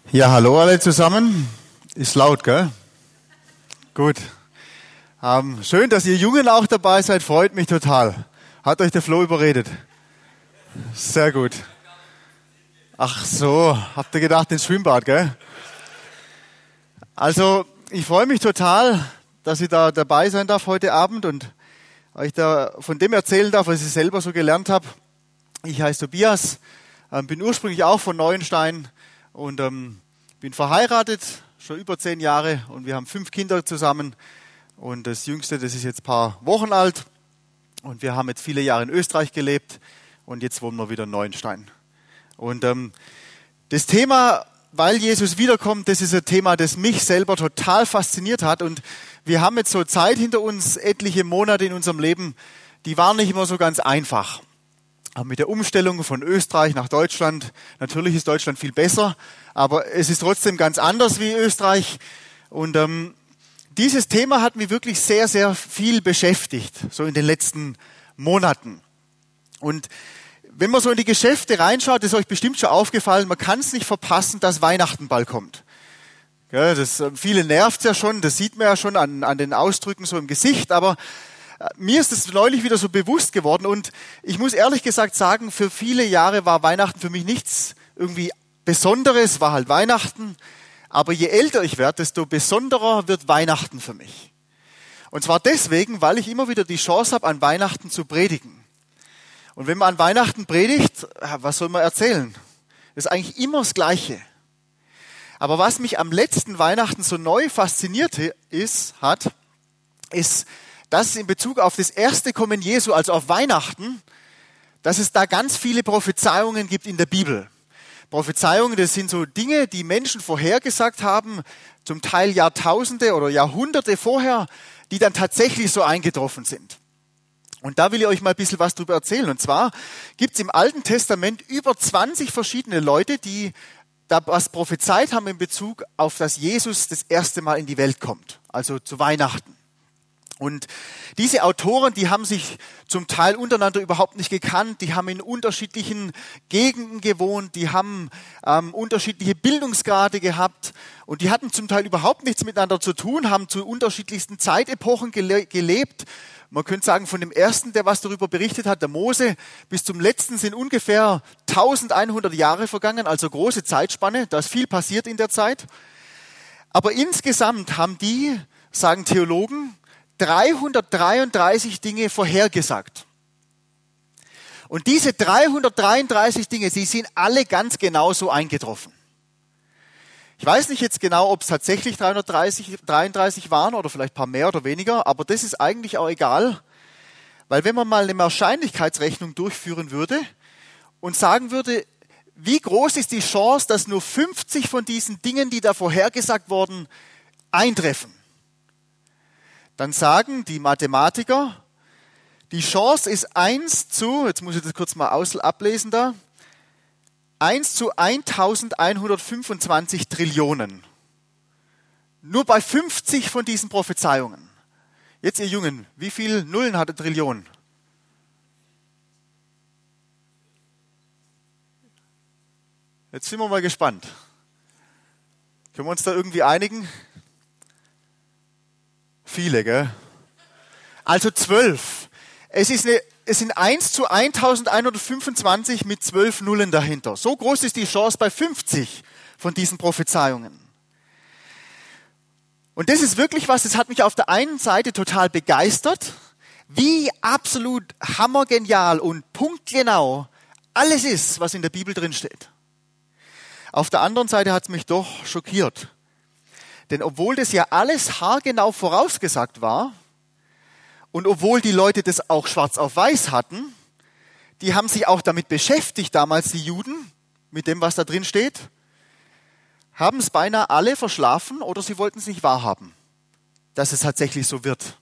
Ja, hallo alle zusammen. Ist laut, gell? Gut. Schön, dass ihr Jungen auch dabei seid. Freut mich total. Hat euch der Flo überredet? Sehr gut. Ach so, habt ihr gedacht ins Schwimmbad, gell? Also, ich freue mich total, dass ich da dabei sein darf heute Abend und euch da von dem erzählen darf, was ich selber so gelernt habe. Ich heiße Tobias, bin ursprünglich auch von Neuenstein und bin verheiratet, schon über 10 Jahre und wir haben 5 Kinder zusammen und das Jüngste, das ist jetzt ein paar Wochen alt und wir haben jetzt viele Jahre in Österreich gelebt und jetzt wohnen wir wieder in Neuenstein. Und das Thema, weil Jesus wiederkommt, das ist ein Thema, das mich selber total fasziniert hat und wir haben jetzt so Zeit hinter uns, etliche Monate in unserem Leben, die waren nicht immer so ganz einfach. Aber mit der Umstellung von Österreich nach Deutschland, natürlich ist Deutschland viel besser, aber es ist trotzdem ganz anders wie Österreich. Und dieses Thema hat mich wirklich sehr, sehr viel beschäftigt, so in den letzten Monaten. Und wenn man so in die Geschäfte reinschaut, das ist euch bestimmt schon aufgefallen, man kann es nicht verpassen, dass Weihnachten bald kommt. Ja, viele nervt es ja schon, das sieht man ja schon an den Ausdrücken so im Gesicht, aber mir ist es neulich wieder so bewusst geworden und ich muss ehrlich gesagt sagen, für viele Jahre war Weihnachten für mich nichts irgendwie Besonderes, war halt Weihnachten. Aber je älter ich werde, desto besonderer wird Weihnachten für mich. Und zwar deswegen, weil ich immer wieder die Chance habe, an Weihnachten zu predigen. Und wenn man an Weihnachten predigt, was soll man erzählen? Das ist eigentlich immer das Gleiche. Aber was mich am letzten Weihnachten so neu fasziniert ist, dass es in Bezug auf das erste Kommen Jesu, also auf Weihnachten, dass es da ganz viele Prophezeiungen gibt in der Bibel. Prophezeiungen, das sind so Dinge, die Menschen vorhergesagt haben, zum Teil Jahrtausende oder Jahrhunderte vorher, die dann tatsächlich so eingetroffen sind. Und da will ich euch mal ein bisschen was drüber erzählen. Und zwar gibt es im Alten Testament über 20 verschiedene Leute, die da was prophezeit haben in Bezug auf, dass Jesus das erste Mal in die Welt kommt, also zu Weihnachten. Und diese Autoren, die haben sich zum Teil untereinander überhaupt nicht gekannt, die haben in unterschiedlichen Gegenden gewohnt, die haben unterschiedliche Bildungsgrade gehabt und die hatten zum Teil überhaupt nichts miteinander zu tun, haben zu unterschiedlichsten Zeitepochen gelebt. Man könnte sagen, von dem ersten, der was darüber berichtet hat, der Mose, bis zum letzten sind ungefähr 1100 Jahre vergangen, also große Zeitspanne, da ist viel passiert in der Zeit. Aber insgesamt haben die, sagen Theologen, 333 Dinge vorhergesagt. Und diese 333 Dinge, sie sind alle ganz genau so eingetroffen. Ich weiß nicht jetzt genau, ob es tatsächlich 333 waren oder vielleicht ein paar mehr oder weniger, aber das ist eigentlich auch egal, weil wenn man mal eine Wahrscheinlichkeitsrechnung durchführen würde und sagen würde, wie groß ist die Chance, dass nur 50 von diesen Dingen, die da vorhergesagt wurden, eintreffen, dann sagen die Mathematiker, die Chance ist 1 zu, jetzt muss ich das kurz mal ablesen da, 1 zu 1125 Trillionen. Nur bei 50 von diesen Prophezeiungen. Jetzt ihr Jungen, wie viele Nullen hat eine Trillion? Jetzt sind wir mal gespannt. Können wir uns da irgendwie einigen? Viele, gell? Also 12. Es sind 1 zu 1125 mit 12 Nullen dahinter. So groß ist die Chance bei 50 von diesen Prophezeiungen. Und das ist wirklich was, das hat mich auf der einen Seite total begeistert, wie absolut hammergenial und punktgenau alles ist, was in der Bibel drin steht. Auf der anderen Seite hat es mich doch schockiert. Denn obwohl das ja alles haargenau vorausgesagt war und obwohl die Leute das auch schwarz auf weiß hatten, die haben sich auch damit beschäftigt, damals die Juden, mit dem, was da drin steht, haben es beinahe alle verschlafen oder sie wollten es nicht wahrhaben, dass es tatsächlich so wird.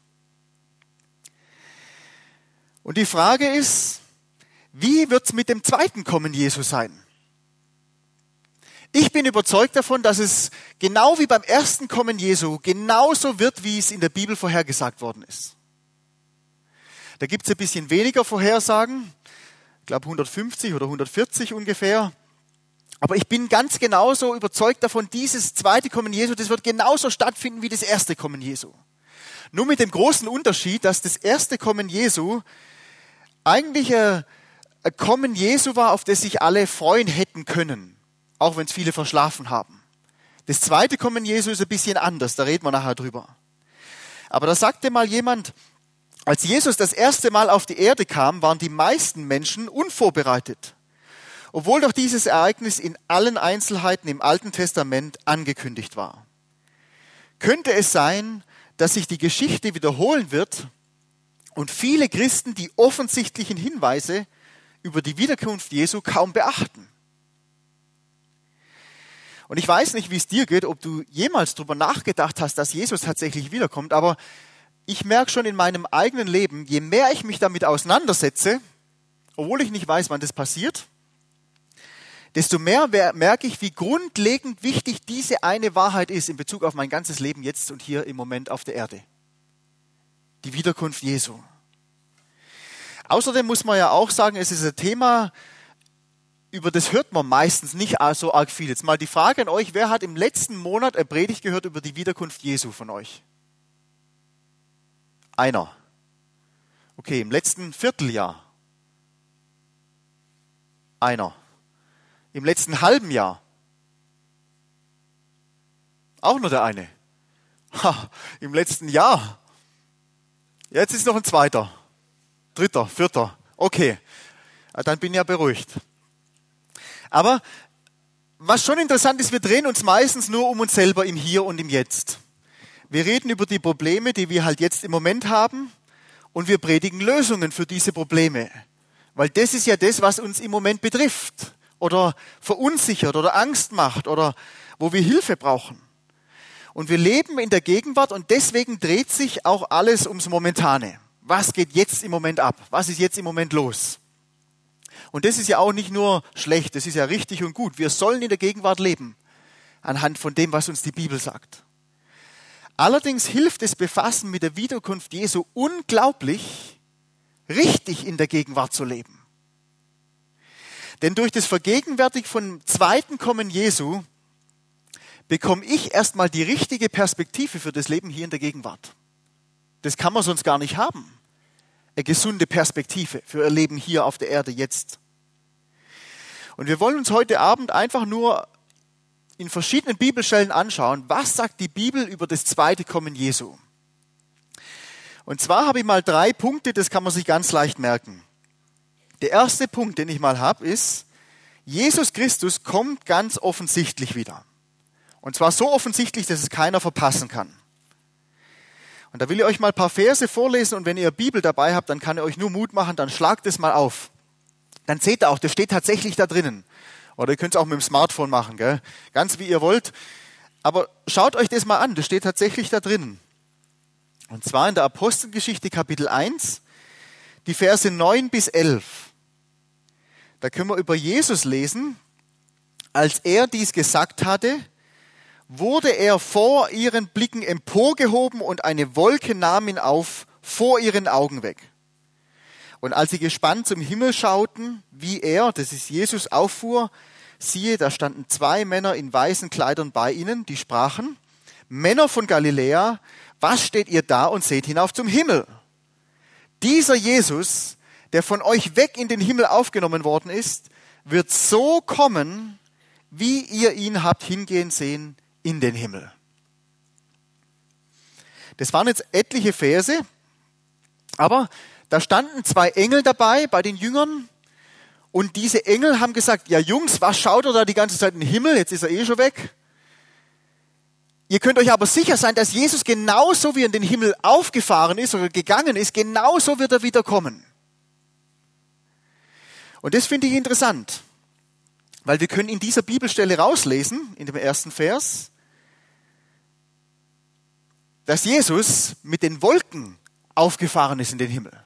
Und die Frage ist, wie wird es mit dem zweiten Kommen Jesu sein? Ich bin überzeugt davon, dass es genau wie beim ersten Kommen Jesu genauso wird, wie es in der Bibel vorhergesagt worden ist. Da gibt es ein bisschen weniger Vorhersagen, ich glaube 150 oder 140 ungefähr. Aber ich bin ganz genauso überzeugt davon, dieses zweite Kommen Jesu, das wird genauso stattfinden wie das erste Kommen Jesu. Nur mit dem großen Unterschied, dass das erste Kommen Jesu eigentlich ein Kommen Jesu war, auf das sich alle freuen hätten können, auch wenn es viele verschlafen haben. Das zweite Kommen Jesu ist ein bisschen anders, da reden wir nachher drüber. Aber da sagte mal jemand, als Jesus das erste Mal auf die Erde kam, waren die meisten Menschen unvorbereitet. Obwohl doch dieses Ereignis in allen Einzelheiten im Alten Testament angekündigt war. Könnte es sein, dass sich die Geschichte wiederholen wird und viele Christen die offensichtlichen Hinweise über die Wiederkunft Jesu kaum beachten? Und ich weiß nicht, wie es dir geht, ob du jemals darüber nachgedacht hast, dass Jesus tatsächlich wiederkommt, aber ich merke schon in meinem eigenen Leben, je mehr ich mich damit auseinandersetze, obwohl ich nicht weiß, wann das passiert, desto mehr merke ich, wie grundlegend wichtig diese eine Wahrheit ist in Bezug auf mein ganzes Leben jetzt und hier im Moment auf der Erde. Die Wiederkunft Jesu. Außerdem muss man ja auch sagen, es ist ein Thema, über das hört man meistens nicht so arg viel. Jetzt mal die Frage an euch, wer hat im letzten Monat eine Predigt gehört über die Wiederkunft Jesu von euch? Einer. Okay, im letzten Vierteljahr? Einer. Im letzten halben Jahr? Auch nur der eine. Im letzten Jahr? Jetzt ist noch ein zweiter. Dritter, vierter. Okay, dann bin ich ja beruhigt. Aber was schon interessant ist, wir drehen uns meistens nur um uns selber im Hier und im Jetzt. Wir reden über die Probleme, die wir halt jetzt im Moment haben, und wir predigen Lösungen für diese Probleme. Weil das ist ja das, was uns im Moment betrifft oder verunsichert oder Angst macht oder wo wir Hilfe brauchen. Und wir leben in der Gegenwart und deswegen dreht sich auch alles ums Momentane. Was geht jetzt im Moment ab? Was ist jetzt im Moment los? Und das ist ja auch nicht nur schlecht, das ist ja richtig und gut. Wir sollen in der Gegenwart leben, anhand von dem, was uns die Bibel sagt. Allerdings hilft das Befassen mit der Wiederkunft Jesu unglaublich, richtig in der Gegenwart zu leben. Denn durch das Vergegenwärtigen vom zweiten Kommen Jesu bekomme ich erstmal die richtige Perspektive für das Leben hier in der Gegenwart. Das kann man sonst gar nicht haben. Eine gesunde Perspektive für ihr Leben hier auf der Erde jetzt. Und wir wollen uns heute Abend einfach nur in verschiedenen Bibelstellen anschauen, was sagt die Bibel über das zweite Kommen Jesu. Und zwar habe ich mal 3 Punkte, das kann man sich ganz leicht merken. Der erste Punkt, den ich mal habe, ist, Jesus Christus kommt ganz offensichtlich wieder. Und zwar so offensichtlich, dass es keiner verpassen kann. Und da will ich euch mal ein paar Verse vorlesen und wenn ihr Bibel dabei habt, dann kann ich euch nur Mut machen, dann schlagt es mal auf. Dann seht ihr auch, das steht tatsächlich da drinnen. Oder ihr könnt es auch mit dem Smartphone machen, gell? Ganz wie ihr wollt. Aber schaut euch das mal an, das steht tatsächlich da drinnen. Und zwar in der Apostelgeschichte Kapitel 1, die Verse 9 bis 11. Da können wir über Jesus lesen. Als er dies gesagt hatte, wurde er vor ihren Blicken emporgehoben und eine Wolke nahm ihn auf vor ihren Augen weg. Und als sie gespannt zum Himmel schauten, wie er, das ist Jesus, auffuhr, siehe, da standen 2 Männer in weißen Kleidern bei ihnen, die sprachen, Männer von Galiläa, was steht ihr da und seht hinauf zum Himmel? Dieser Jesus, der von euch weg in den Himmel aufgenommen worden ist, wird so kommen, wie ihr ihn habt hingehen sehen in den Himmel. Das waren jetzt etliche Verse, aber da standen 2 Engel dabei bei den Jüngern und diese Engel haben gesagt, ja Jungs, was schaut ihr da die ganze Zeit in den Himmel? Jetzt ist er eh schon weg. Ihr könnt euch aber sicher sein, dass Jesus genauso wie er in den Himmel aufgefahren ist oder gegangen ist, genauso wird er wieder kommen. Und das finde ich interessant, weil wir können in dieser Bibelstelle rauslesen, in dem ersten Vers, dass Jesus mit den Wolken aufgefahren ist in den Himmel.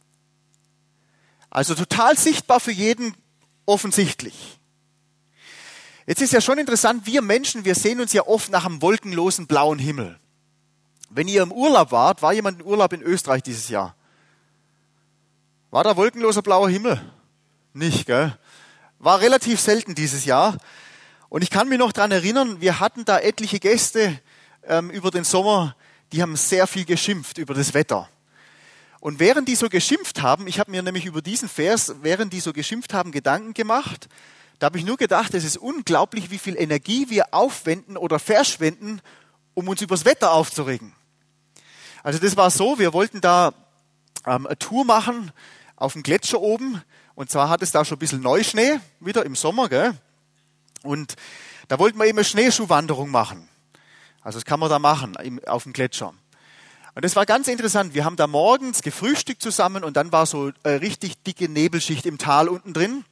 Also total sichtbar für jeden offensichtlich. Jetzt ist ja schon interessant, wir Menschen, wir sehen uns ja oft nach einem wolkenlosen blauen Himmel. Wenn ihr im Urlaub wart, war jemand im Urlaub in Österreich dieses Jahr? War da wolkenloser blauer Himmel? Nicht, gell? War relativ selten dieses Jahr. Und ich kann mich noch daran erinnern, wir hatten da etliche Gäste über den Sommer, die haben sehr viel geschimpft über das Wetter. Und während die so geschimpft haben, ich habe mir nämlich über diesen Vers, während die so geschimpft haben, Gedanken gemacht, da habe ich nur gedacht, es ist unglaublich, wie viel Energie wir aufwenden oder verschwenden, um uns über das Wetter aufzuregen. Also das war so, wir wollten da eine Tour machen auf dem Gletscher oben. Und zwar hat es da schon ein bisschen Neuschnee, wieder im Sommer, gell? Und da wollten wir eben eine Schneeschuhwanderung machen. Also das kann man da machen auf dem Gletscher. Und das war ganz interessant. Wir haben da morgens gefrühstückt zusammen und dann war so eine richtig dicke Nebelschicht im Tal unten drin.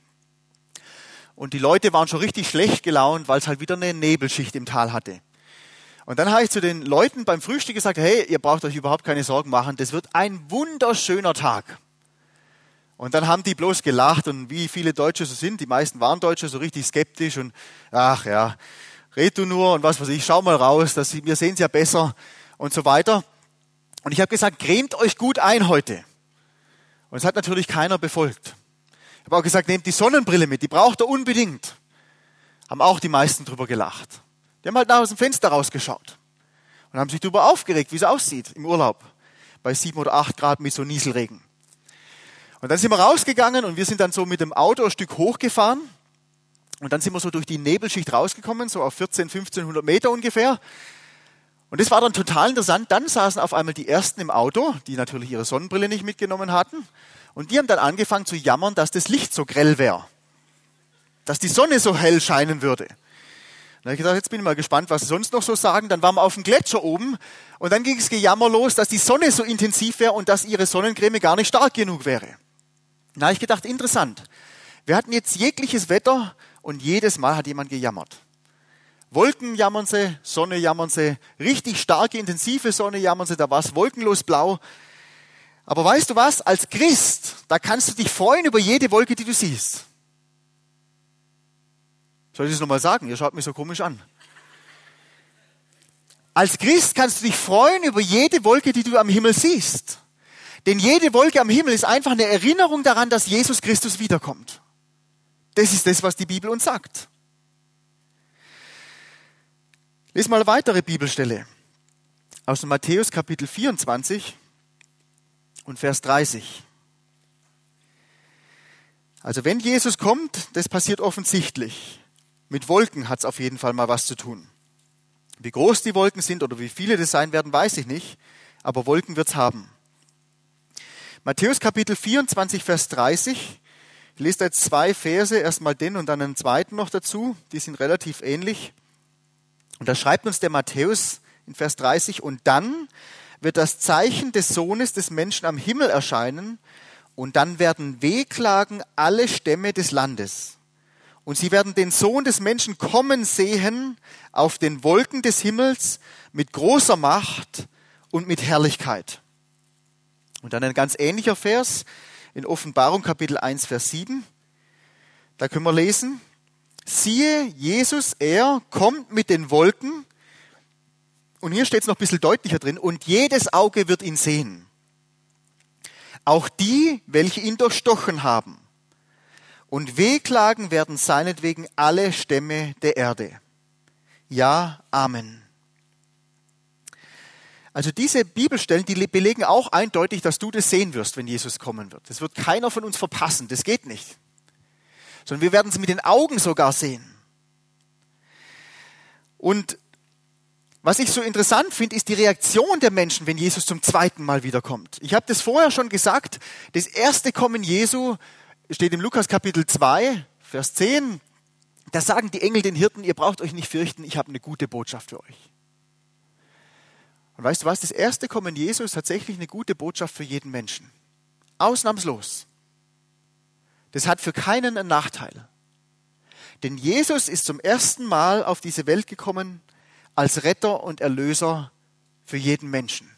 Und die Leute waren schon richtig schlecht gelaunt, weil es halt wieder eine Nebelschicht im Tal hatte. Und dann habe ich zu den Leuten beim Frühstück gesagt, hey, ihr braucht euch überhaupt keine Sorgen machen, das wird ein wunderschöner Tag. Und dann haben die bloß gelacht und wie viele Deutsche so sind, die meisten waren Deutsche, so richtig skeptisch und ach ja, red du nur und was weiß ich, schau mal raus, wir sehen es ja besser und so weiter. Und ich habe gesagt, cremt euch gut ein heute. Und es hat natürlich keiner befolgt. Ich habe auch gesagt, nehmt die Sonnenbrille mit, die braucht ihr unbedingt. Haben auch die meisten drüber gelacht. Die haben halt nach aus dem Fenster rausgeschaut und haben sich darüber aufgeregt, wie es aussieht im Urlaub bei 7 oder 8 Grad mit so Nieselregen. Und dann sind wir rausgegangen und wir sind dann so mit dem Auto ein Stück hochgefahren und dann sind wir so durch die Nebelschicht rausgekommen, so auf 1500 Meter ungefähr. Und das war dann total interessant. Dann saßen auf einmal die Ersten im Auto, die natürlich ihre Sonnenbrille nicht mitgenommen hatten. Und die haben dann angefangen zu jammern, dass das Licht so grell wäre. Dass die Sonne so hell scheinen würde. Dann habe ich gedacht, jetzt bin ich mal gespannt, was sie sonst noch so sagen. Dann waren wir auf dem Gletscher oben und dann ging es Gejammer los, dass die Sonne so intensiv wäre und dass ihre Sonnencreme gar nicht stark genug wäre. Dann habe ich gedacht, interessant. Wir hatten jetzt jegliches Wetter und jedes Mal hat jemand gejammert. Wolken jammern sie, Sonne jammern sie, richtig starke, intensive Sonne jammern sie, da war es wolkenlos blau. Aber weißt du was, als Christ, da kannst du dich freuen über jede Wolke, die du siehst. Soll ich das nochmal sagen? Ihr schaut mich so komisch an. Als Christ kannst du dich freuen über jede Wolke, die du am Himmel siehst. Denn jede Wolke am Himmel ist einfach eine Erinnerung daran, dass Jesus Christus wiederkommt. Das ist das, was die Bibel uns sagt. Lies mal eine weitere Bibelstelle aus dem Matthäus Kapitel 24 und Vers 30. Also wenn Jesus kommt, das passiert offensichtlich. Mit Wolken hat es auf jeden Fall mal was zu tun. Wie groß die Wolken sind oder wie viele das sein werden, weiß ich nicht. Aber Wolken wird es haben. Matthäus Kapitel 24, Vers 30. Ich lese da jetzt 2 Verse, erstmal den und dann einen zweiten noch dazu. Die sind relativ ähnlich. Und da schreibt uns der Matthäus in Vers 30, und dann wird das Zeichen des Sohnes des Menschen am Himmel erscheinen, und dann werden wehklagen alle Stämme des Landes. Und sie werden den Sohn des Menschen kommen sehen auf den Wolken des Himmels mit großer Macht und mit Herrlichkeit. Und dann ein ganz ähnlicher Vers in Offenbarung Kapitel 1, Vers 7. Da können wir lesen: Siehe, Jesus, er kommt mit den Wolken, und hier steht es noch ein bisschen deutlicher drin, und jedes Auge wird ihn sehen. Auch die, welche ihn durchstochen haben. Und wehklagen werden seinetwegen alle Stämme der Erde. Ja, Amen. Also diese Bibelstellen, die belegen auch eindeutig, dass du das sehen wirst, wenn Jesus kommen wird. Das wird keiner von uns verpassen, das geht nicht. Sondern wir werden es mit den Augen sogar sehen. Und was ich so interessant finde, ist die Reaktion der Menschen, wenn Jesus zum zweiten Mal wiederkommt. Ich habe das vorher schon gesagt, das erste Kommen Jesu steht im Lukas Kapitel 2, Vers 10. Da sagen die Engel den Hirten, ihr braucht euch nicht fürchten, ich habe eine gute Botschaft für euch. Und weißt du was, das erste Kommen Jesu ist tatsächlich eine gute Botschaft für jeden Menschen. Ausnahmslos. Das hat für keinen einen Nachteil. Denn Jesus ist zum ersten Mal auf diese Welt gekommen als Retter und Erlöser für jeden Menschen.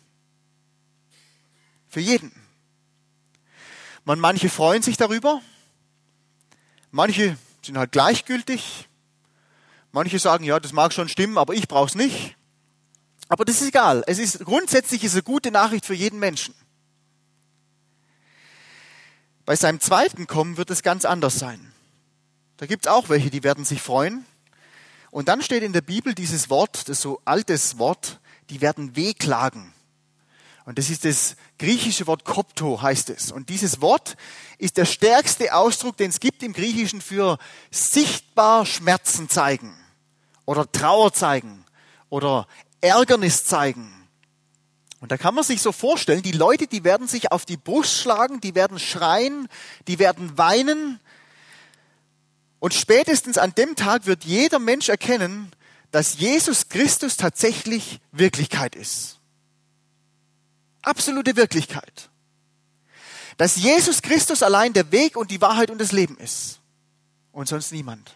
Für jeden. Manche freuen sich darüber, manche sind halt gleichgültig, manche sagen, ja, das mag schon stimmen, aber ich brauche es nicht. Aber das ist egal. Grundsätzlich ist es eine gute Nachricht für jeden Menschen. Bei seinem zweiten Kommen wird es ganz anders sein. Da gibt es auch welche, die werden sich freuen. Und dann steht in der Bibel dieses Wort, das ist so altes Wort, die werden wehklagen. Und das ist das griechische Wort Kopto, heißt es. Und dieses Wort ist der stärkste Ausdruck, den es gibt im Griechischen für sichtbar Schmerzen zeigen oder Trauer zeigen oder Ärgernis zeigen. Und da kann man sich so vorstellen, die Leute, die werden sich auf die Brust schlagen, die werden schreien, die werden weinen. Und spätestens an dem Tag wird jeder Mensch erkennen, dass Jesus Christus tatsächlich Wirklichkeit ist. Absolute Wirklichkeit. Dass Jesus Christus allein der Weg und die Wahrheit und das Leben ist. Und sonst niemand.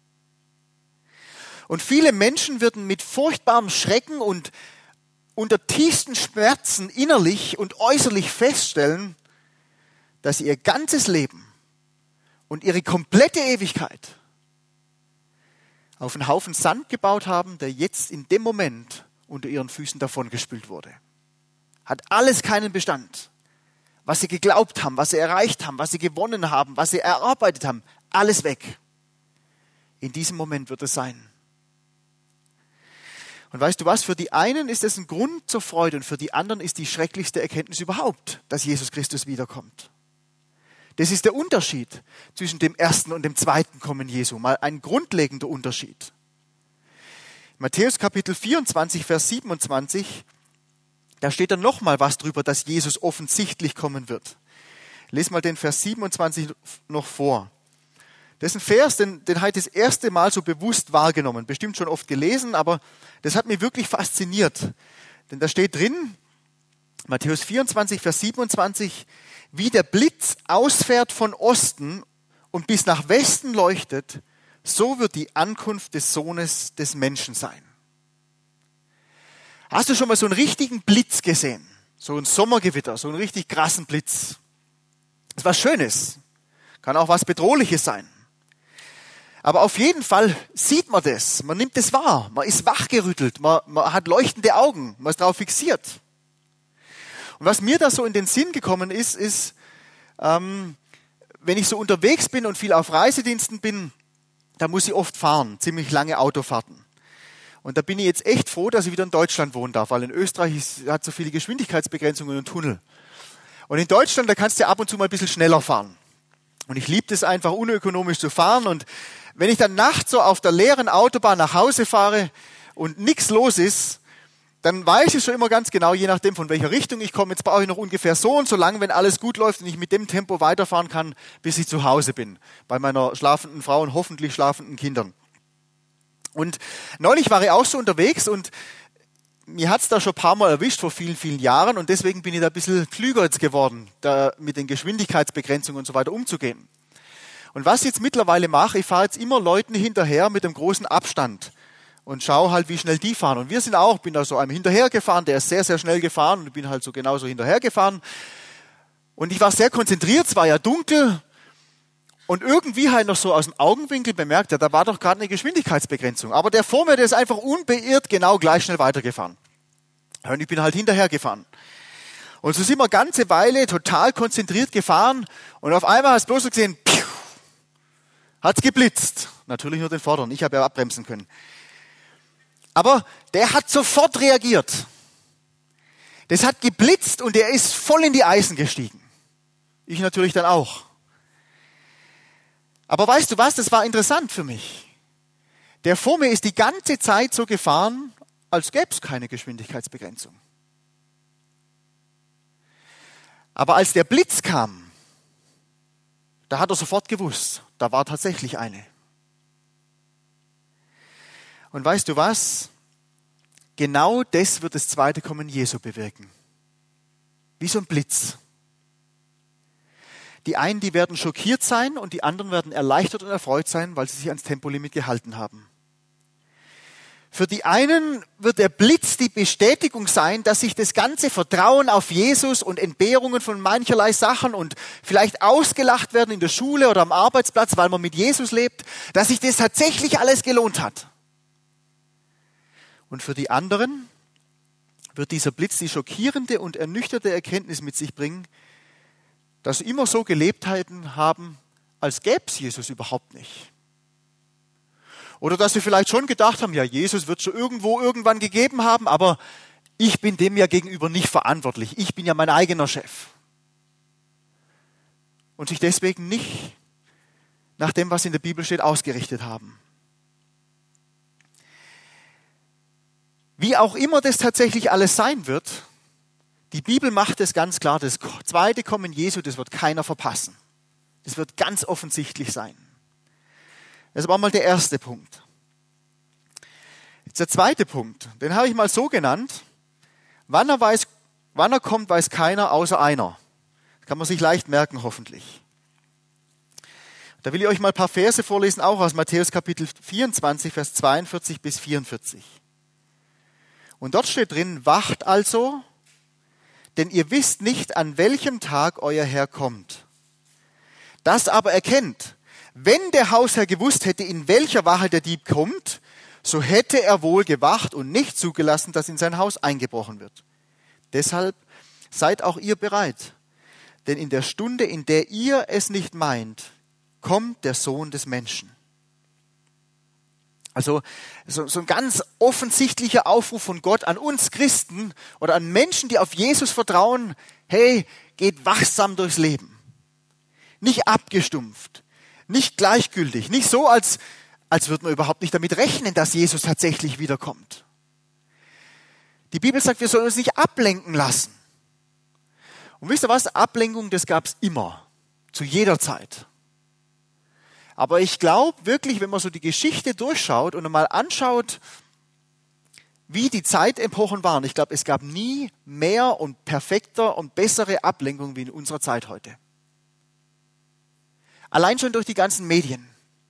Und viele Menschen würden mit furchtbarem Schrecken und unter tiefsten Schmerzen innerlich und äußerlich feststellen, dass sie ihr ganzes Leben und ihre komplette Ewigkeit auf einen Haufen Sand gebaut haben, der jetzt in dem Moment unter ihren Füßen davongespült wurde. Hat alles keinen Bestand. Was sie geglaubt haben, was sie erreicht haben, was sie gewonnen haben, was sie erarbeitet haben, alles weg. In diesem Moment wird es sein. Und weißt du was, für die einen ist es ein Grund zur Freude und für die anderen ist die schrecklichste Erkenntnis überhaupt, dass Jesus Christus wiederkommt. Das ist der Unterschied zwischen dem ersten und dem zweiten Kommen Jesu. Mal ein grundlegender Unterschied. Matthäus Kapitel 24, Vers 27, da steht dann nochmal was drüber, dass Jesus offensichtlich kommen wird. Lies mal den Vers 27 noch vor. Das ist ein Vers, den habe ich das erste Mal so bewusst wahrgenommen. Bestimmt schon oft gelesen, aber das hat mich wirklich fasziniert. Denn da steht drin, Matthäus 24, Vers 27, wie der Blitz ausfährt von Osten und bis nach Westen leuchtet, so wird die Ankunft des Sohnes des Menschen sein. Hast du schon mal so einen richtigen Blitz gesehen? So ein Sommergewitter, so einen richtig krassen Blitz. Das ist was Schönes. Kann auch was Bedrohliches sein. Aber auf jeden Fall sieht man das. Man nimmt es wahr. Man ist wachgerüttelt. Man hat leuchtende Augen. Man ist darauf fixiert. Und was mir da so in den Sinn gekommen ist, wenn ich so unterwegs bin und viel auf Reisediensten bin, da muss ich oft fahren. Ziemlich lange Autofahrten. Und da bin ich jetzt echt froh, dass ich wieder in Deutschland wohnen darf, weil in Österreich hat so viele Geschwindigkeitsbegrenzungen und Tunnel. Und in Deutschland, da kannst du ab und zu mal ein bisschen schneller fahren. Und ich liebe das einfach, unökonomisch zu fahren. Und wenn ich dann nachts so auf der leeren Autobahn nach Hause fahre und nichts los ist, dann weiß ich schon immer ganz genau, je nachdem von welcher Richtung ich komme, jetzt brauche ich noch ungefähr so und so lang, wenn alles gut läuft und ich mit dem Tempo weiterfahren kann, bis ich zu Hause bin, bei meiner schlafenden Frau und hoffentlich schlafenden Kindern. Und neulich war ich auch so unterwegs und mir hat es da schon ein paar Mal erwischt vor vielen, vielen Jahren und deswegen bin ich da ein bisschen klüger jetzt geworden, da mit den Geschwindigkeitsbegrenzungen und so weiter umzugehen. Und was ich jetzt mittlerweile mache, ich fahre jetzt immer Leuten hinterher mit einem großen Abstand und schaue halt, wie schnell die fahren. Und wir sind auch, bin da so einem hinterher gefahren, der ist sehr, sehr schnell gefahren und ich bin halt so genauso hinterher gefahren. Und ich war sehr konzentriert, es war ja dunkel und irgendwie halt noch so aus dem Augenwinkel bemerkt, ja, da war doch gerade eine Geschwindigkeitsbegrenzung. Aber der vor mir, der ist einfach unbeirrt genau gleich schnell weitergefahren. Und ich bin halt hinterher gefahren. Und so sind wir eine ganze Weile total konzentriert gefahren und auf einmal hast du bloß so gesehen, hat's geblitzt. Natürlich nur den Vorderen, ich habe ja abbremsen können. Aber der hat sofort reagiert. Das hat geblitzt und der ist voll in die Eisen gestiegen. Ich natürlich dann auch. Aber weißt du was, das war interessant für mich. Der vor mir ist die ganze Zeit so gefahren, als gäbe es keine Geschwindigkeitsbegrenzung. Aber als der Blitz kam, da hat er sofort gewusst, da war tatsächlich eine. Und weißt du was? Genau das wird das zweite Kommen Jesu bewirken. Wie so ein Blitz. Die einen, die werden schockiert sein und die anderen werden erleichtert und erfreut sein, weil sie sich ans Tempolimit gehalten haben. Für die einen wird der Blitz die Bestätigung sein, dass sich das ganze Vertrauen auf Jesus und Entbehrungen von mancherlei Sachen und vielleicht ausgelacht werden in der Schule oder am Arbeitsplatz, weil man mit Jesus lebt, dass sich das tatsächlich alles gelohnt hat. Und für die anderen wird dieser Blitz die schockierende und ernüchterte Erkenntnis mit sich bringen, dass sie immer so gelebt haben, als gäbe es Jesus überhaupt nicht. Oder dass sie vielleicht schon gedacht haben, ja, Jesus wird schon irgendwo irgendwann gegeben haben, aber ich bin dem ja gegenüber nicht verantwortlich. Ich bin ja mein eigener Chef. Und sich deswegen nicht nach dem, was in der Bibel steht, ausgerichtet haben. Wie auch immer das tatsächlich alles sein wird, die Bibel macht es ganz klar, das zweite Kommen Jesu, das wird keiner verpassen. Das wird ganz offensichtlich sein. Das war mal der erste Punkt. Jetzt der zweite Punkt, den habe ich mal so genannt, wann er kommt, weiß keiner außer einer. Das kann man sich leicht merken, hoffentlich. Da will ich euch mal ein paar Verse vorlesen, auch aus Matthäus Kapitel 24, Vers 42 bis 44. Und dort steht drin, wacht also, denn ihr wisst nicht, an welchem Tag euer Herr kommt. Das aber erkennt, wenn der Hausherr gewusst hätte, in welcher Wache der Dieb kommt, so hätte er wohl gewacht und nicht zugelassen, dass in sein Haus eingebrochen wird. Deshalb seid auch ihr bereit, denn in der Stunde, in der ihr es nicht meint, kommt der Sohn des Menschen. Also so ein ganz offensichtlicher Aufruf von Gott an uns Christen oder an Menschen, die auf Jesus vertrauen, hey, geht wachsam durchs Leben. Nicht abgestumpft, nicht gleichgültig, nicht so, als würde man überhaupt nicht damit rechnen, dass Jesus tatsächlich wiederkommt. Die Bibel sagt, wir sollen uns nicht ablenken lassen. Und wisst ihr was? Ablenkung, das gab es immer, zu jeder Zeit. Aber ich glaube wirklich, wenn man so die Geschichte durchschaut und mal anschaut, wie die Zeitepochen waren, ich glaube, es gab nie mehr und perfekter und bessere Ablenkung wie in unserer Zeit heute. Allein schon durch die ganzen Medien.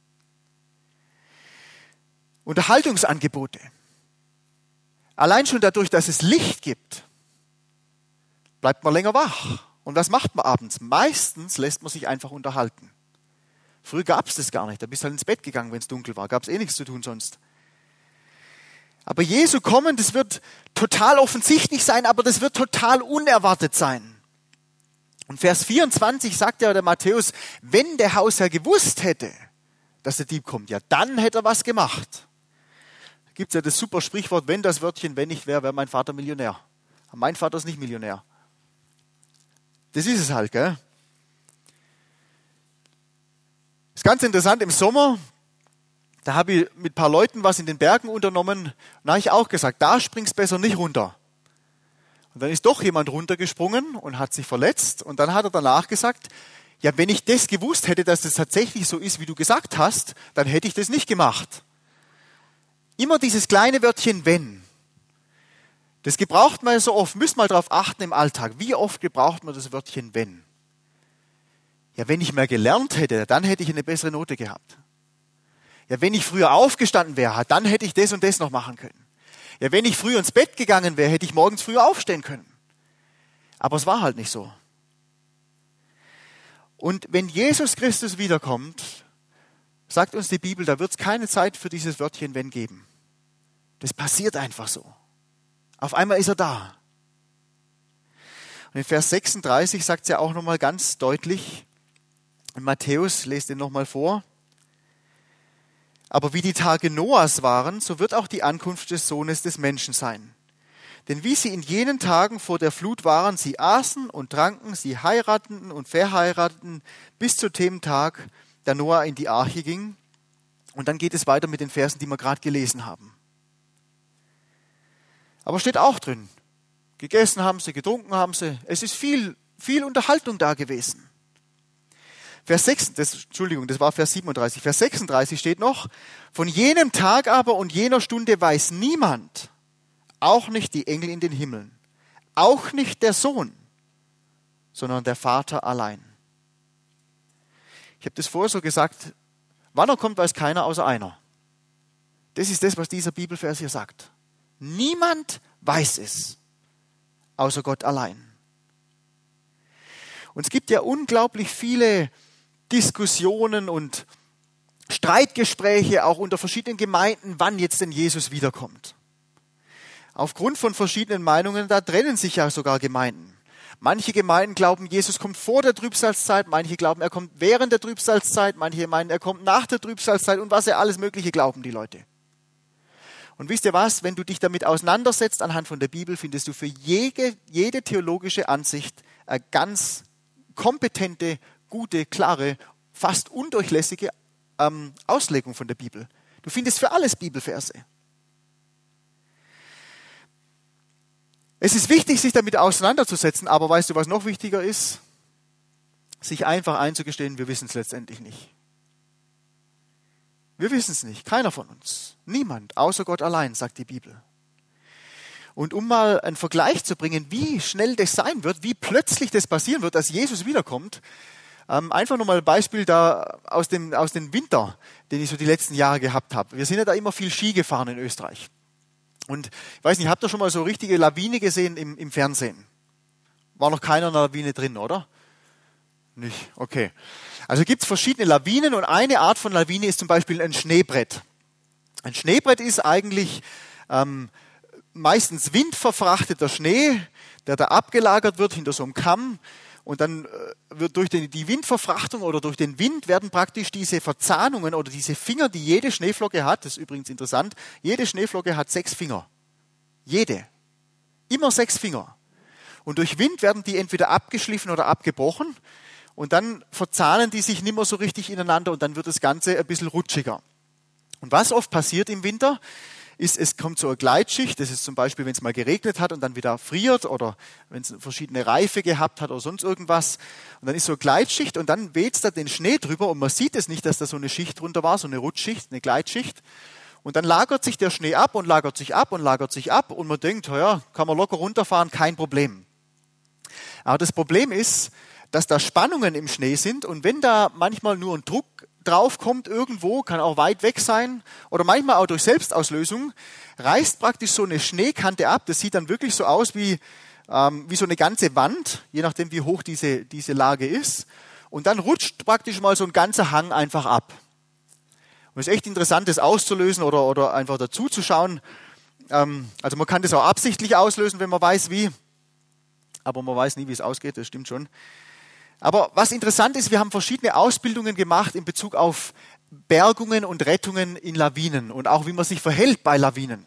Unterhaltungsangebote. Allein schon dadurch, dass es Licht gibt, bleibt man länger wach. Und was macht man abends? Meistens lässt man sich einfach unterhalten. Früher gab es das gar nicht. Da bist du halt ins Bett gegangen, wenn es dunkel war. Gab es nichts zu tun sonst. Aber Jesu kommen, das wird total offensichtlich sein, aber das wird total unerwartet sein. Und Vers 24 sagt ja der Matthäus, wenn der Hausherr gewusst hätte, dass der Dieb kommt, ja, dann hätte er was gemacht. Da gibt es ja das super Sprichwort, wenn das Wörtchen wenn nicht wäre, wäre mein Vater Millionär. Aber mein Vater ist nicht Millionär. Das ist es halt, gell? Das ist ganz interessant, im Sommer, da habe ich mit ein paar Leuten was in den Bergen unternommen. Und da habe ich auch gesagt, da springst du besser nicht runter. Und dann ist doch jemand runtergesprungen und hat sich verletzt. Und dann hat er danach gesagt, ja, wenn ich das gewusst hätte, dass das tatsächlich so ist, wie du gesagt hast, dann hätte ich das nicht gemacht. Immer dieses kleine Wörtchen wenn. Das gebraucht man so oft. Müsst mal darauf achten im Alltag. Wie oft gebraucht man das Wörtchen wenn? Ja, wenn ich mehr gelernt hätte, dann hätte ich eine bessere Note gehabt. Ja, wenn ich früher aufgestanden wäre, dann hätte ich das und das noch machen können. Ja, wenn ich früher ins Bett gegangen wäre, hätte ich morgens früher aufstehen können. Aber es war halt nicht so. Und wenn Jesus Christus wiederkommt, sagt uns die Bibel, da wird es keine Zeit für dieses Wörtchen wenn geben. Das passiert einfach so. Auf einmal ist er da. Und in Vers 36 sagt es ja auch nochmal ganz deutlich, in Matthäus, lest den nochmal vor. Aber wie die Tage Noahs waren, so wird auch die Ankunft des Sohnes des Menschen sein. Denn wie sie in jenen Tagen vor der Flut waren, sie aßen und tranken, sie heirateten und verheirateten, bis zu dem Tag, da Noah in die Arche ging. Und dann geht es weiter mit den Versen, die wir gerade gelesen haben. Aber steht auch drin, gegessen haben sie, getrunken haben sie. Es ist viel Unterhaltung da gewesen. Das war Vers 37. Vers 36 steht noch, von jenem Tag aber und jener Stunde weiß niemand, auch nicht die Engel in den Himmeln, auch nicht der Sohn, sondern der Vater allein. Ich habe das vorher so gesagt, wann er kommt, weiß keiner außer einer. Das ist das, was dieser Bibelvers hier sagt. Niemand weiß es, außer Gott allein. Und es gibt ja unglaublich viele Diskussionen und Streitgespräche auch unter verschiedenen Gemeinden, wann jetzt denn Jesus wiederkommt. Aufgrund von verschiedenen Meinungen, da trennen sich ja sogar Gemeinden. Manche Gemeinden glauben, Jesus kommt vor der Trübsalzeit, manche glauben, er kommt während der Trübsalzeit, manche meinen, er kommt nach der Trübsalzeit und was alles Mögliche glauben die Leute. Und wisst ihr was, wenn du dich damit auseinandersetzt anhand von der Bibel, findest du für jede theologische Ansicht eine ganz kompetente, gute, klare, fast undurchlässige Auslegung von der Bibel. Du findest für alles Bibelverse. Es ist wichtig, sich damit auseinanderzusetzen, aber weißt du, was noch wichtiger ist? Sich einfach einzugestehen, wir wissen es letztendlich nicht. Wir wissen es nicht, keiner von uns. Niemand, außer Gott allein, sagt die Bibel. Und um mal einen Vergleich zu bringen, wie schnell das sein wird, wie plötzlich das passieren wird, dass Jesus wiederkommt, einfach nur mal ein Beispiel da aus dem Winter, den ich so die letzten Jahre gehabt habe. Wir sind ja da immer viel Ski gefahren in Österreich. Und ich weiß nicht, habt ihr schon mal so richtige Lawine gesehen im Fernsehen? War noch keiner in der Lawine drin, oder? Nicht? Okay. Also gibt es verschiedene Lawinen und eine Art von Lawine ist zum Beispiel ein Schneebrett. Ein Schneebrett ist eigentlich meistens windverfrachteter Schnee, der da abgelagert wird hinter so einem Kamm. Und dann wird durch die Windverfrachtung oder durch den Wind werden praktisch diese Verzahnungen oder diese Finger, die jede Schneeflocke hat, das ist übrigens interessant, jede Schneeflocke hat 6 Finger. Jede. Immer 6 Finger. Und durch Wind werden die entweder abgeschliffen oder abgebrochen und dann verzahnen die sich nicht mehr so richtig ineinander und dann wird das Ganze ein bisschen rutschiger. Und was oft passiert im Winter, ist, es kommt so eine Gleitschicht, das ist zum Beispiel, wenn es mal geregnet hat und dann wieder friert oder wenn es verschiedene Reife gehabt hat oder sonst irgendwas. Und dann ist so eine Gleitschicht und dann weht es da den Schnee drüber und man sieht es nicht, dass da so eine Schicht drunter war, so eine Rutschschicht, eine Gleitschicht. Und dann lagert sich der Schnee ab und lagert sich ab und lagert sich ab und man denkt, ja, kann man locker runterfahren, kein Problem. Aber das Problem ist, dass da Spannungen im Schnee sind und wenn da manchmal nur ein Druck drauf kommt irgendwo, kann auch weit weg sein oder manchmal auch durch Selbstauslösung, reißt praktisch so eine Schneekante ab. Das sieht dann wirklich so aus wie so eine ganze Wand, je nachdem wie hoch diese Lage ist. Und dann rutscht praktisch mal so ein ganzer Hang einfach ab. Und es ist echt interessant, das auszulösen oder einfach dazu zu schauen. Also man kann das auch absichtlich auslösen, wenn man weiß wie, aber man weiß nie, wie es ausgeht, das stimmt schon. Aber was interessant ist, wir haben verschiedene Ausbildungen gemacht in Bezug auf Bergungen und Rettungen in Lawinen und auch wie man sich verhält bei Lawinen.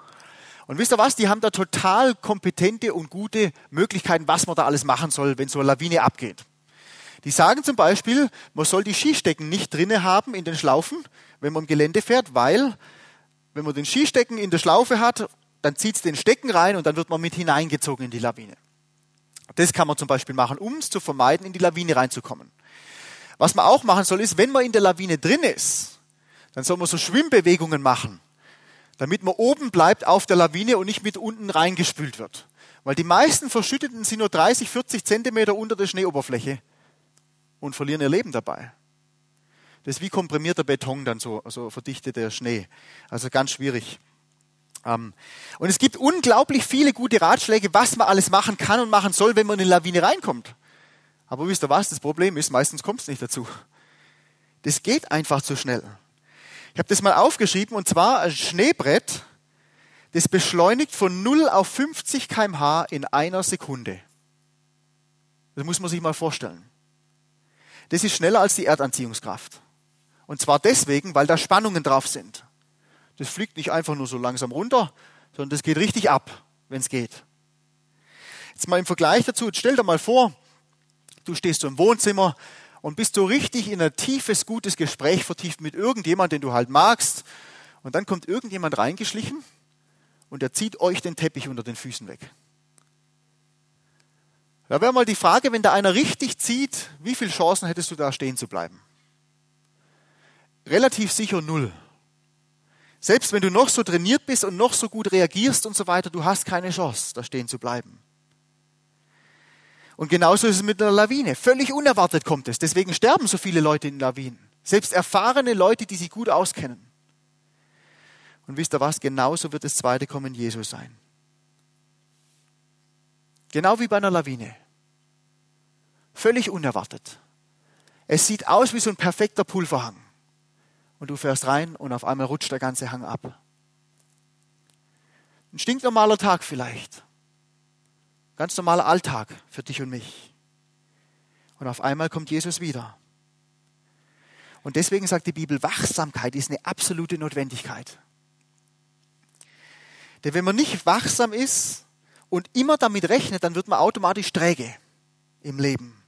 Und wisst ihr was, die haben da total kompetente und gute Möglichkeiten, was man da alles machen soll, wenn so eine Lawine abgeht. Die sagen zum Beispiel, man soll die Skistecken nicht drinne haben in den Schlaufen, wenn man im Gelände fährt, weil wenn man den Skistecken in der Schlaufe hat, dann zieht es den Stecken rein und dann wird man mit hineingezogen in die Lawine. Das kann man zum Beispiel machen, um es zu vermeiden, in die Lawine reinzukommen. Was man auch machen soll, ist, wenn man in der Lawine drin ist, dann soll man so Schwimmbewegungen machen, damit man oben bleibt auf der Lawine und nicht mit unten reingespült wird. Weil die meisten Verschütteten sind nur 30, 40 Zentimeter unter der Schneeoberfläche und verlieren ihr Leben dabei. Das ist wie komprimierter Beton dann so verdichteter Schnee. Also ganz schwierig. Und es gibt unglaublich viele gute Ratschläge, was man alles machen kann und machen soll, wenn man in eine Lawine reinkommt. Aber wisst ihr was, das Problem ist, meistens kommt es nicht dazu. Das geht einfach zu schnell. Ich habe das mal aufgeschrieben und zwar ein Schneebrett, das beschleunigt von 0 auf 50 km/h in einer Sekunde. Das muss man sich mal vorstellen. Das ist schneller als die Erdanziehungskraft. Und zwar deswegen, weil da Spannungen drauf sind. Das fliegt nicht einfach nur so langsam runter, sondern das geht richtig ab, wenn es geht. Jetzt mal im Vergleich dazu, jetzt stell dir mal vor, du stehst so im Wohnzimmer und bist so richtig in ein tiefes, gutes Gespräch vertieft mit irgendjemandem, den du halt magst. Und dann kommt irgendjemand reingeschlichen und er zieht euch den Teppich unter den Füßen weg. Da wäre mal die Frage, wenn da einer richtig zieht, wie viele Chancen hättest du da stehen zu bleiben? Relativ sicher 0. Selbst wenn du noch so trainiert bist und noch so gut reagierst und so weiter, du hast keine Chance, da stehen zu bleiben. Und genauso ist es mit einer Lawine. Völlig unerwartet kommt es. Deswegen sterben so viele Leute in Lawinen. Selbst erfahrene Leute, die sich gut auskennen. Und wisst ihr was? Genauso wird das zweite Kommen Jesu sein. Genau wie bei einer Lawine. Völlig unerwartet. Es sieht aus wie so ein perfekter Pulverhang. Und du fährst rein und auf einmal rutscht der ganze Hang ab. Ein stinknormaler Tag vielleicht. Ganz normaler Alltag für dich und mich. Und auf einmal kommt Jesus wieder. Und deswegen sagt die Bibel, Wachsamkeit ist eine absolute Notwendigkeit. Denn wenn man nicht wachsam ist und immer damit rechnet, dann wird man automatisch träge im Leben.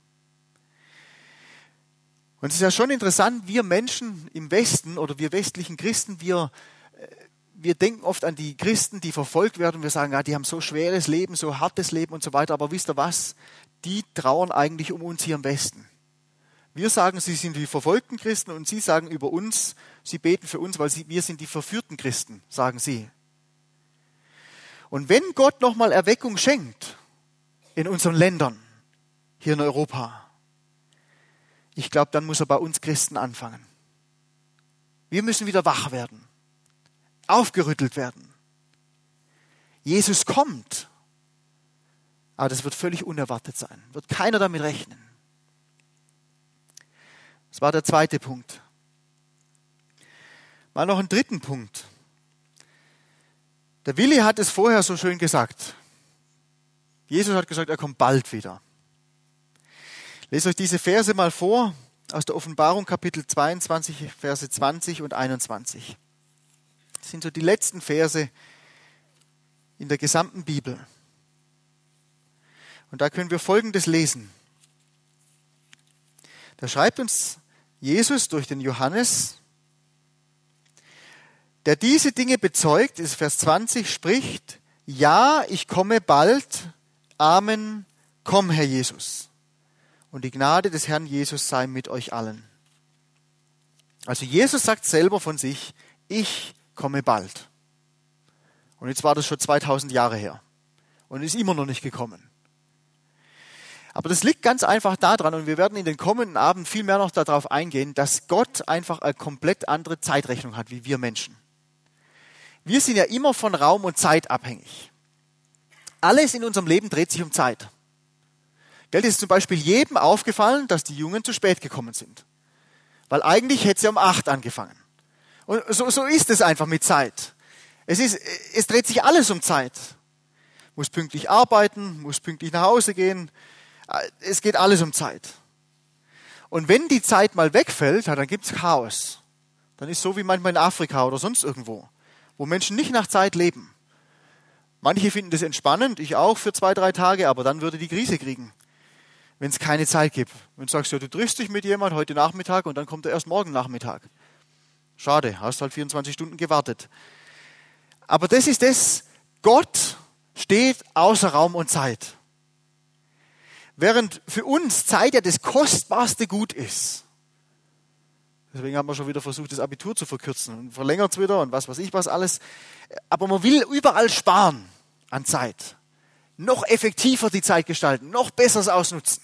Und es ist ja schon interessant, wir Menschen im Westen oder wir westlichen Christen, wir denken oft an die Christen, die verfolgt werden und wir sagen, ja, die haben so schweres Leben, so hartes Leben und so weiter. Aber wisst ihr was? Die trauern eigentlich um uns hier im Westen. Wir sagen, sie sind die verfolgten Christen und sie sagen über uns, sie beten für uns, weil wir sind die verführten Christen, sagen sie. Und wenn Gott nochmal Erweckung schenkt in unseren Ländern, hier in Europa, ich glaube, dann muss er bei uns Christen anfangen. Wir müssen wieder wach werden, aufgerüttelt werden. Jesus kommt, aber das wird völlig unerwartet sein, wird keiner damit rechnen. Das war der zweite Punkt. Mal noch einen dritten Punkt. Der Willi hat es vorher so schön gesagt. Jesus hat gesagt, er kommt bald wieder. Lest euch diese Verse mal vor, aus der Offenbarung Kapitel 22, Verse 20 und 21. Das sind so die letzten Verse in der gesamten Bibel. Und da können wir Folgendes lesen. Da schreibt uns Jesus durch den Johannes, der diese Dinge bezeugt, ist Vers 20, spricht, ja, ich komme bald, Amen, komm, Herr Jesus. Und die Gnade des Herrn Jesus sei mit euch allen. Also Jesus sagt selber von sich, ich komme bald. Und jetzt war das schon 2000 Jahre her und ist immer noch nicht gekommen. Aber das liegt ganz einfach daran, und wir werden in den kommenden Abend viel mehr noch darauf eingehen, dass Gott einfach eine komplett andere Zeitrechnung hat, wie wir Menschen. Wir sind ja immer von Raum und Zeit abhängig. Alles in unserem Leben dreht sich um Zeit. Es ist zum Beispiel jedem aufgefallen, dass die Jungen zu spät gekommen sind. Weil eigentlich hätte sie um 8 angefangen. Und so ist es einfach mit Zeit. Es dreht sich alles um Zeit. Muss pünktlich arbeiten, muss pünktlich nach Hause gehen. Es geht alles um Zeit. Und wenn die Zeit mal wegfällt, dann gibt es Chaos. Dann ist es so wie manchmal in Afrika oder sonst irgendwo, wo Menschen nicht nach Zeit leben. Manche finden das entspannend, ich auch für 2-3 Tage, aber dann würde die Krise kriegen, wenn es keine Zeit gibt. Wenn du sagst, ja, du triffst dich mit jemand heute Nachmittag und dann kommt er erst morgen Nachmittag. Schade, hast halt 24 Stunden gewartet. Aber das ist das, Gott steht außer Raum und Zeit. Während für uns Zeit ja das kostbarste Gut ist. Deswegen haben wir schon wieder versucht, das Abitur zu verkürzen und verlängert es wieder und was weiß ich was alles. Aber man will überall sparen an Zeit. Noch effektiver die Zeit gestalten, noch besser es ausnutzen.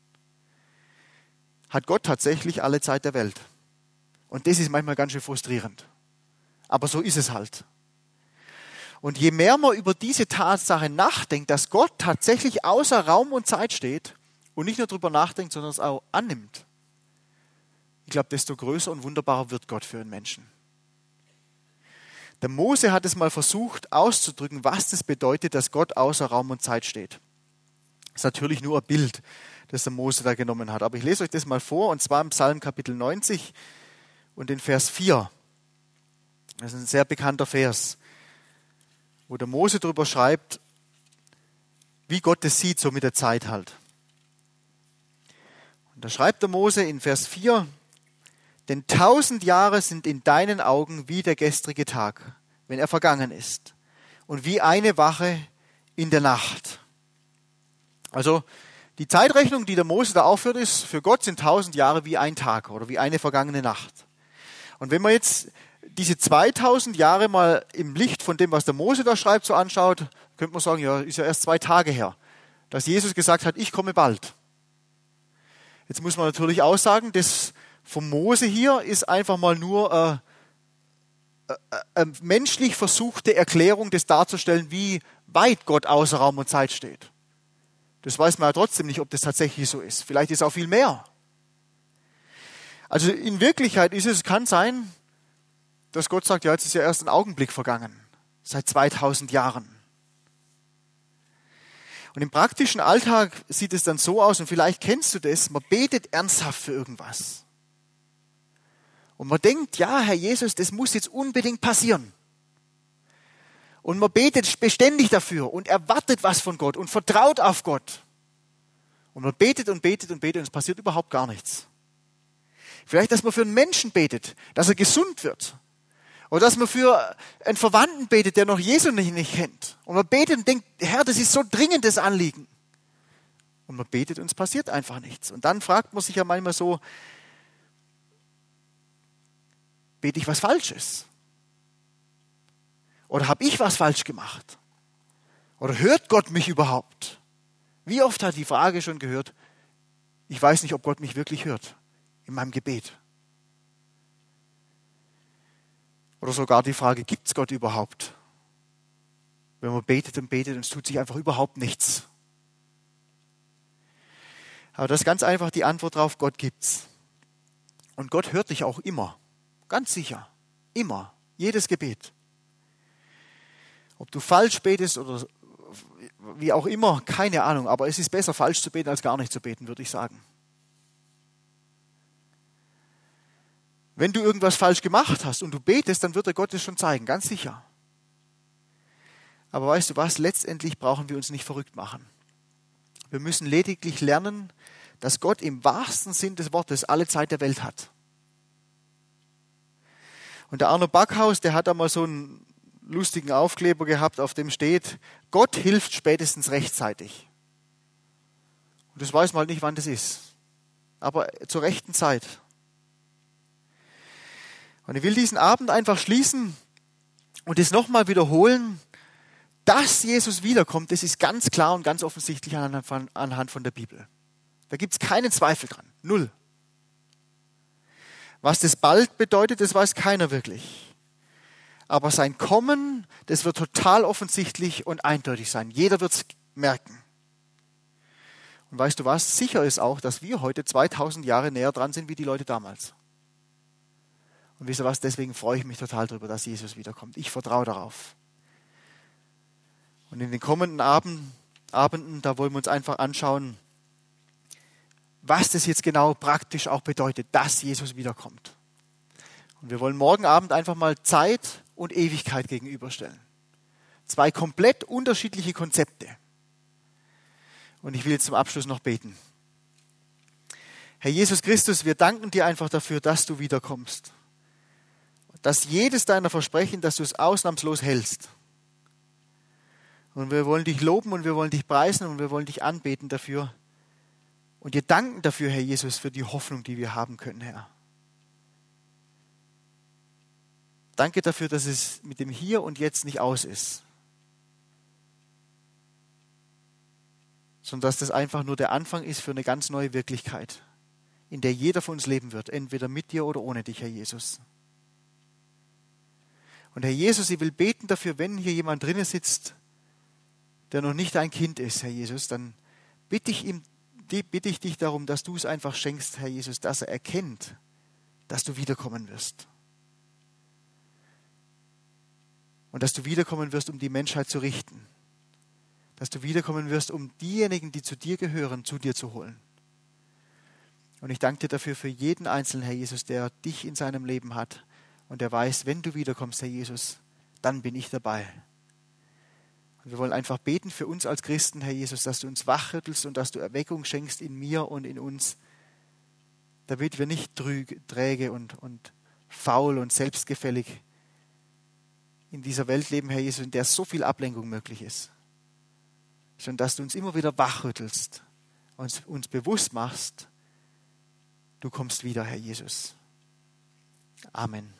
Hat Gott tatsächlich alle Zeit der Welt. Und das ist manchmal ganz schön frustrierend. Aber so ist es halt. Und je mehr man über diese Tatsache nachdenkt, dass Gott tatsächlich außer Raum und Zeit steht und nicht nur darüber nachdenkt, sondern es auch annimmt, ich glaube, desto größer und wunderbarer wird Gott für einen Menschen. Der Mose hat es mal versucht auszudrücken, was das bedeutet, dass Gott außer Raum und Zeit steht. Das ist natürlich nur ein Bild, das der Mose da genommen hat. Aber ich lese euch das mal vor, und zwar im Psalm Kapitel 90 und den Vers 4. Das ist ein sehr bekannter Vers, wo der Mose darüber schreibt, wie Gott das sieht, so mit der Zeit halt. Und da schreibt der Mose in Vers 4, denn 1000 Jahre sind in deinen Augen wie der gestrige Tag, wenn er vergangen ist, und wie eine Wache in der Nacht. Also die Zeitrechnung, die der Mose da aufführt, ist, für Gott sind 1000 Jahre wie ein Tag oder wie eine vergangene Nacht. Und wenn man jetzt diese 2000 Jahre mal im Licht von dem, was der Mose da schreibt, so anschaut, könnte man sagen, ja, ist ja erst 2 Tage her, dass Jesus gesagt hat, ich komme bald. Jetzt muss man natürlich auch sagen, das vom Mose hier ist einfach mal nur eine menschlich versuchte Erklärung, das darzustellen, wie weit Gott außer Raum und Zeit steht. Das weiß man ja trotzdem nicht, ob das tatsächlich so ist. Vielleicht ist es auch viel mehr. Also in Wirklichkeit kann sein, dass Gott sagt, ja, jetzt ist ja erst ein Augenblick vergangen, seit 2000 Jahren. Und im praktischen Alltag sieht es dann so aus, und vielleicht kennst du das, man betet ernsthaft für irgendwas. Und man denkt, ja, Herr Jesus, das muss jetzt unbedingt passieren. Und man betet beständig dafür und erwartet was von Gott und vertraut auf Gott. Und man betet und betet und betet und es passiert überhaupt gar nichts. Vielleicht, dass man für einen Menschen betet, dass er gesund wird. Oder dass man für einen Verwandten betet, der noch Jesus nicht kennt. Und man betet und denkt, Herr, das ist so dringendes Anliegen. Und man betet und es passiert einfach nichts. Und dann fragt man sich ja manchmal so, bete ich was Falsches? Oder habe ich was falsch gemacht? Oder hört Gott mich überhaupt? Wie oft hat die Frage schon gehört, ich weiß nicht, ob Gott mich wirklich hört in meinem Gebet. Oder sogar die Frage, gibt es Gott überhaupt? Wenn man betet und betet und es tut sich einfach überhaupt nichts. Aber das ist ganz einfach die Antwort darauf, Gott gibt's. Und Gott hört dich auch immer, ganz sicher, immer, jedes Gebet. Ob du falsch betest oder wie auch immer, keine Ahnung, aber es ist besser, falsch zu beten, als gar nicht zu beten, würde ich sagen. Wenn du irgendwas falsch gemacht hast und du betest, dann wird dir Gott es schon zeigen, ganz sicher. Aber weißt du was, letztendlich brauchen wir uns nicht verrückt machen. Wir müssen lediglich lernen, dass Gott im wahrsten Sinn des Wortes alle Zeit der Welt hat. Und der Arno Backhaus, der hat einmal so einen lustigen Aufkleber gehabt, auf dem steht, Gott hilft spätestens rechtzeitig. Und das weiß man halt nicht, wann das ist. Aber zur rechten Zeit. Und ich will diesen Abend einfach schließen und es nochmal wiederholen, dass Jesus wiederkommt, das ist ganz klar und ganz offensichtlich anhand von der Bibel. Da gibt es keinen Zweifel dran. Null. Was das bald bedeutet, das weiß keiner wirklich. Aber sein Kommen, das wird total offensichtlich und eindeutig sein. Jeder wird es merken. Und weißt du was? Sicher ist auch, dass wir heute 2000 Jahre näher dran sind wie die Leute damals. Und wisst ihr was? Deswegen freue ich mich total darüber, dass Jesus wiederkommt. Ich vertraue darauf. Und in den kommenden Abenden, da wollen wir uns einfach anschauen, was das jetzt genau praktisch auch bedeutet, dass Jesus wiederkommt. Und wir wollen morgen Abend einfach mal Zeit und Ewigkeit gegenüberstellen. Zwei komplett unterschiedliche Konzepte. Und ich will jetzt zum Abschluss noch beten. Herr Jesus Christus, wir danken dir einfach dafür, dass du wiederkommst. Dass jedes deiner Versprechen, dass du es ausnahmslos hältst. Und wir wollen dich loben und wir wollen dich preisen und wir wollen dich anbeten dafür. Und dir danken dafür, Herr Jesus, für die Hoffnung, die wir haben können, Herr. Danke dafür, dass es mit dem Hier und Jetzt nicht aus ist. Sondern dass das einfach nur der Anfang ist für eine ganz neue Wirklichkeit, in der jeder von uns leben wird, entweder mit dir oder ohne dich, Herr Jesus. Und Herr Jesus, ich will beten dafür, wenn hier jemand drinnen sitzt, der noch nicht dein Kind ist, Herr Jesus, dann bitte ich dich darum, dass du es einfach schenkst, Herr Jesus, dass er erkennt, dass du wiederkommen wirst. Und dass du wiederkommen wirst, um die Menschheit zu richten. Dass du wiederkommen wirst, um diejenigen, die zu dir gehören, zu dir zu holen. Und ich danke dir dafür für jeden Einzelnen, Herr Jesus, der dich in seinem Leben hat und der weiß, wenn du wiederkommst, Herr Jesus, dann bin ich dabei. Und wir wollen einfach beten für uns als Christen, Herr Jesus, dass du uns wachrüttelst und dass du Erweckung schenkst in mir und in uns, damit wir nicht träge und faul und selbstgefällig in dieser Welt leben, Herr Jesus, in der so viel Ablenkung möglich ist. Sondern dass du uns immer wieder wachrüttelst und uns bewusst machst, du kommst wieder, Herr Jesus. Amen.